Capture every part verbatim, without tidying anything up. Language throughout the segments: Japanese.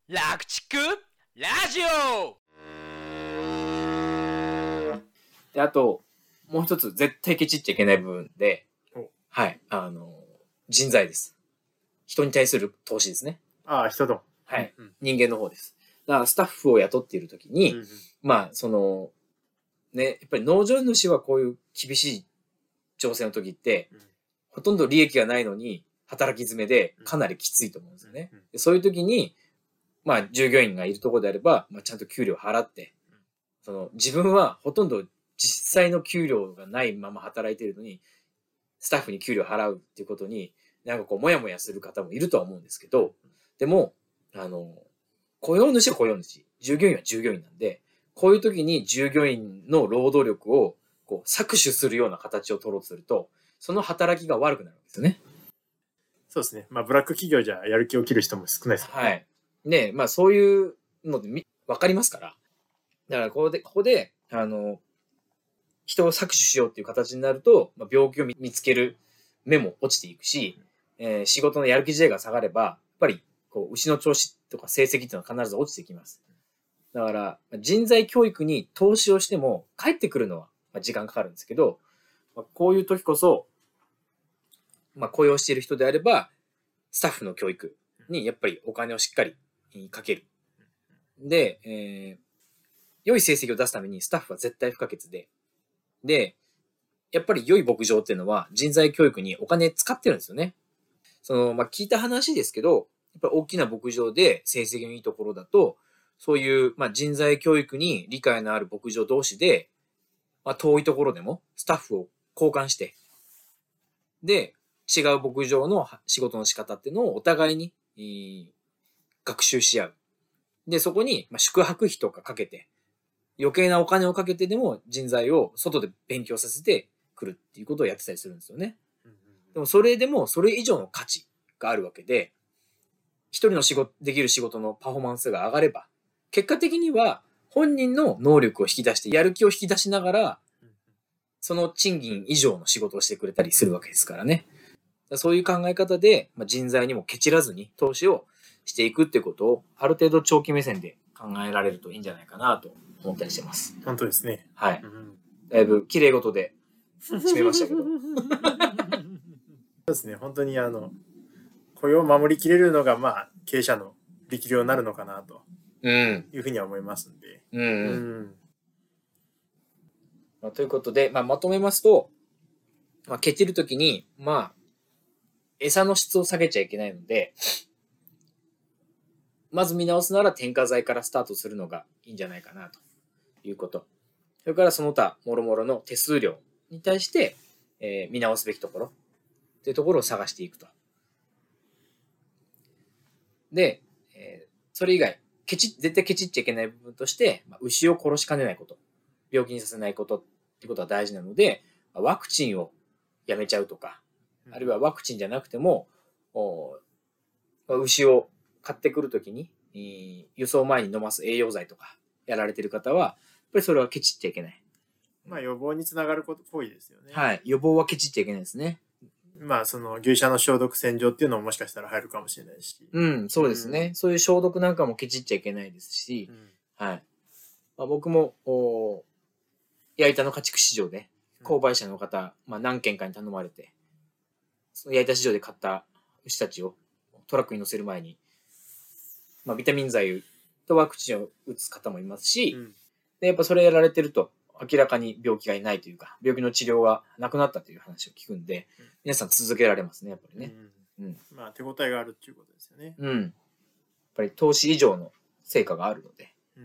楽畜ラジオ。 で、あともう一つ絶対ケチっちゃいけない部分で、はい、あの人材です。人に対する投資ですね。 ああ、人と。 はい、 うんうん、 人間の方です。だからスタッフを雇っているときに、うんうん、まあそのね、やっぱり農場主はこういう厳しい情勢の時って、うん、ほとんど利益がないのに働き詰めでかなりきついと思うんですよね。うんうん、でそういう時に、まあ従業員がいるところであれば、まあ、ちゃんと給料払って、うん、その自分はほとんど実際の給料がないまま働いているのに、スタッフに給料払うっていうことに、なんかこう、もやもやする方もいるとは思うんですけど、でも、あの、雇用主は雇用主、従業員は従業員なんで、こういう時に従業員の労働力をこう搾取するような形を取ろうとすると、その働きが悪くなるんですよね。 そうですね。まあ、ブラック企業じゃやる気を切る人も少ないですからね。 はい。ね、まあそういうのでわかりますから。だからここで、ここで、あの、人を搾取しようっていう形になると、まあ、病気を見つける目も落ちていくし、えー、仕事のやる気自体が下がれば、やっぱりこう牛の調子とか成績っていうのは必ず落ちてきます。だから人材教育に投資をしても帰ってくるのは時間かかるんですけど、まあ、こういう時こそ、まあ、雇用している人であればスタッフの教育にやっぱりお金をしっかりかける。で、えー、良い成績を出すためにスタッフは絶対不可欠で、で、やっぱり良い牧場っていうのは人材教育にお金使ってるんですよね。その、まあ、聞いた話ですけど、やっぱり大きな牧場で成績のいいところだと、そういう、まあ、人材教育に理解のある牧場同士で、まあ、遠いところでもスタッフを交換して、で、違う牧場の仕事の仕方っていうのをお互いに、えー、学習し合う。で、そこに、まあ、宿泊費とかかけて、余計なお金をかけてでも人材を外で勉強させてくるっていうことをやってたりするんですよね。でもそれでもそれ以上の価値があるわけで、一人の仕事、できる仕事のパフォーマンスが上がれば、結果的には本人の能力を引き出して、やる気を引き出しながら、その賃金以上の仕事をしてくれたりするわけですからね。そういう考え方で人材にもケチらずに投資をしていくっていうことを、ある程度長期目線で考えられるといいんじゃないかなと思ったりしてます。 本当ですね。 はい。うん、だいぶ綺麗事で締めましたけど。 そうですね。本当にあの雇用を守りきれるのがまあ経営者の力量になるのかなというふうには思いますんで。 うんうんうんまあ、ということで、まあ、まとめますと、まあ、ケチるときに、まあ、餌の質を下げちゃいけないので、まず見直すなら添加剤からスタートするのがいいんじゃないかなということ。それからその他、もろもろの手数料に対して、えー、見直すべきところというところを探していくと。で、えー、それ以外、ケチ、絶対ケチっちゃいけない部分として、まあ、牛を殺しかねないこと、病気にさせないことってことは大事なので、ワクチンをやめちゃうとか、あるいはワクチンじゃなくても、牛を買ってくるときに、輸送前に飲ます栄養剤とかやられている方は、やっぱりそれはケチっちゃいけない。 まあ予防につながること行為ですよね。 はい。予防はケチっちゃいけないですね。 まあその牛舎の消毒洗浄っていうのももしかしたら入るかもしれないし。 うん、そうですね。うん、そういう消毒なんかもケチっちゃいけないですし、うん、はい。まあ、僕も、お矢板の家畜市場で、購買者の方、まあ何件かに頼まれて、その矢板市場で買った牛たちをトラックに乗せる前に、まあ、ビタミン剤とワクチンを打つ方もいますし、うん、でやっぱそれやられてると明らかに病気がいないというか、病気の治療がなくなったという話を聞くんで、うん、皆さん続けられますね、やっぱりね。 うんうん、まあ手応えがあるっていうことですよね。 うん。やっぱり投資以上の成果があるので。うんうん、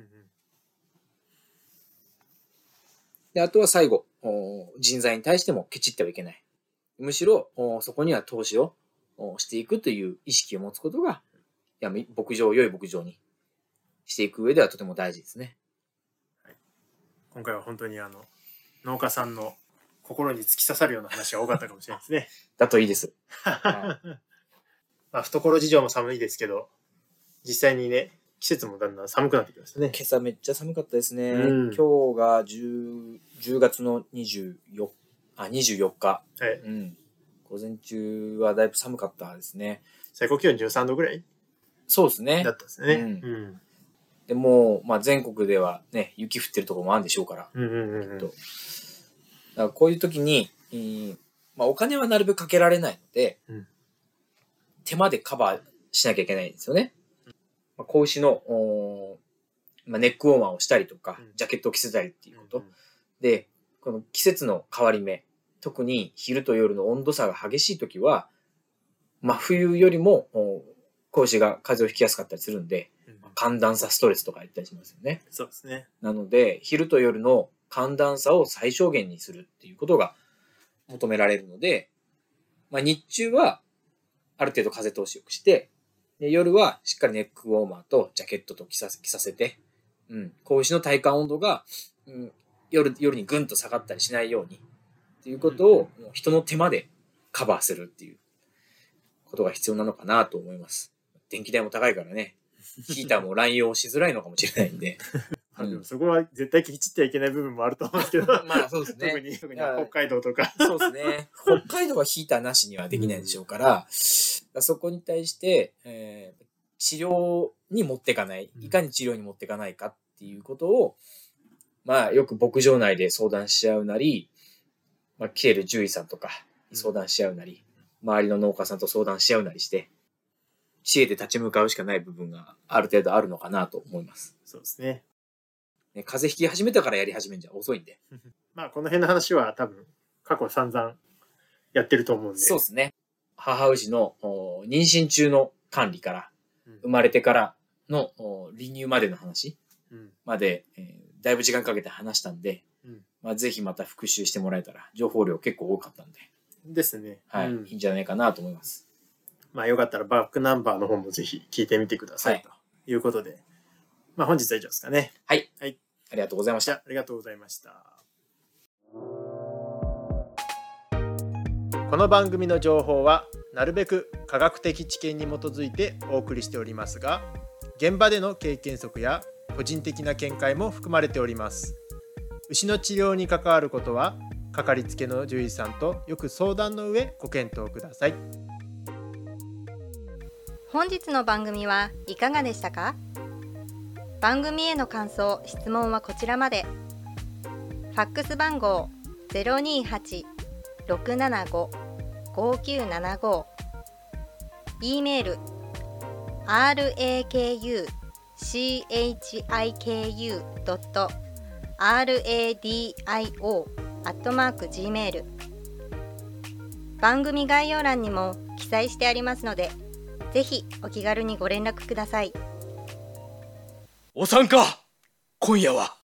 であとは最後、人材に対してもケチってはいけない。むしろそこには投資をしていくという意識を持つことが、いや牧場を良い牧場にしていく上ではとても大事ですね。 はい、今回は本当にあの農家さんの心に突き刺さるような話が多かったかもしれないですね。 だといいです。はい、まあ懐事情も寒いですけど、実際にね季節もだんだん寒くなってきましたね。 今朝めっちゃ寒かったですね。うん、今日がじゅうがつのにじゅうよっか、あにじゅうよっか。はい。うん。午前中はだいぶ寒かったですね。 最高気温じゅうさんどぐらい？ そうですね。 だったんですね。 うんうんでも、まあ、全国ではね、雪降ってるところもあるんでしょうから。 うんうんうんきっと。だからこういう時に、えーまあ、お金はなるべくかけられないので、 うん手間でカバーしなきゃいけないんですよね。まあ、子牛の、おーまあ、ネックウォーマーをしたりとかうん、 ジャケットを着せたりっていうこと。 うんで、この季節の変わり目、特に昼と夜の温度差が激しい時は、真冬よりも、お子牛が風邪をひきやすかったりするんで、 うん寒暖差ストレスとか言ったりしますよね。 そうですね。 なので、昼と夜の寒暖差を最小限にするっていうことが求められるので、まあ、日中はある程度風通しよくして、で夜はしっかりネックウォーマーとジャケットと着させ着させて、うん、子牛の体感温度が、うん、夜夜にぐんと下がったりしないようにっていうことを、もう人の手間でカバーするっていうことが必要なのかなと思います。電気代も高いからね、ヒーターも乱用しづらいのかもしれないんで。 まあでもそこは絶対ケチってはいけない部分もあると思うんですけど、 まあそうですね。 特に特にいや北海道とか。 そうですね。北海道はヒーターなしにはできないでしょうから、うん、そこに対して、えー、治療に持っていかない、いかに治療に持っていかないかっていうことを、まあよく牧場内で相談し合うなり、まあ、来てる獣医さんとかに相談し合うなり、うん、周りの農家さんと相談し合うなりして、知恵で立ち向かうしかない部分がある程度あるのかなと思います。 そうですね。 ね、風邪ひき始めたからやり始めんじゃ遅いんで。 まあこの辺の話は多分過去散々やってると思うんで。 そうですね。母牛の妊娠中の管理から、うん、生まれてからの離乳までの話まで、うんえー、だいぶ時間かけて話したんで、うんまあ、ぜひまた復習してもらえたら情報量結構多かったんで。 ですね。 はい、うん、いいんじゃないかなと思います。 まあよかったらバックナンバーの方もぜひ聞いてみてください、はい、ということで。まあ本日は以上ですかね。 はい。 はい。 ありがとうございました。 ありがとうございました。この番組の情報はなるべく科学的知見に基づいてお送りしておりますが、現場での経験則や個人的な見解も含まれております。牛の治療に関わることはかかりつけの獣医さんとよく相談の上ご検討ください。 本日の番組はいかがでしたか？番組への感想・質問はこちらまで。ファックス番号 ゼロにはち ろくななご ごきゅうななご E メール アールエーケーユーシーエイチアイケーユードットアールエーディーアイオー アットマーク ジーメール 番組概要欄にも記載してありますので、ぜひお気軽にご連絡ください。 お参加今夜は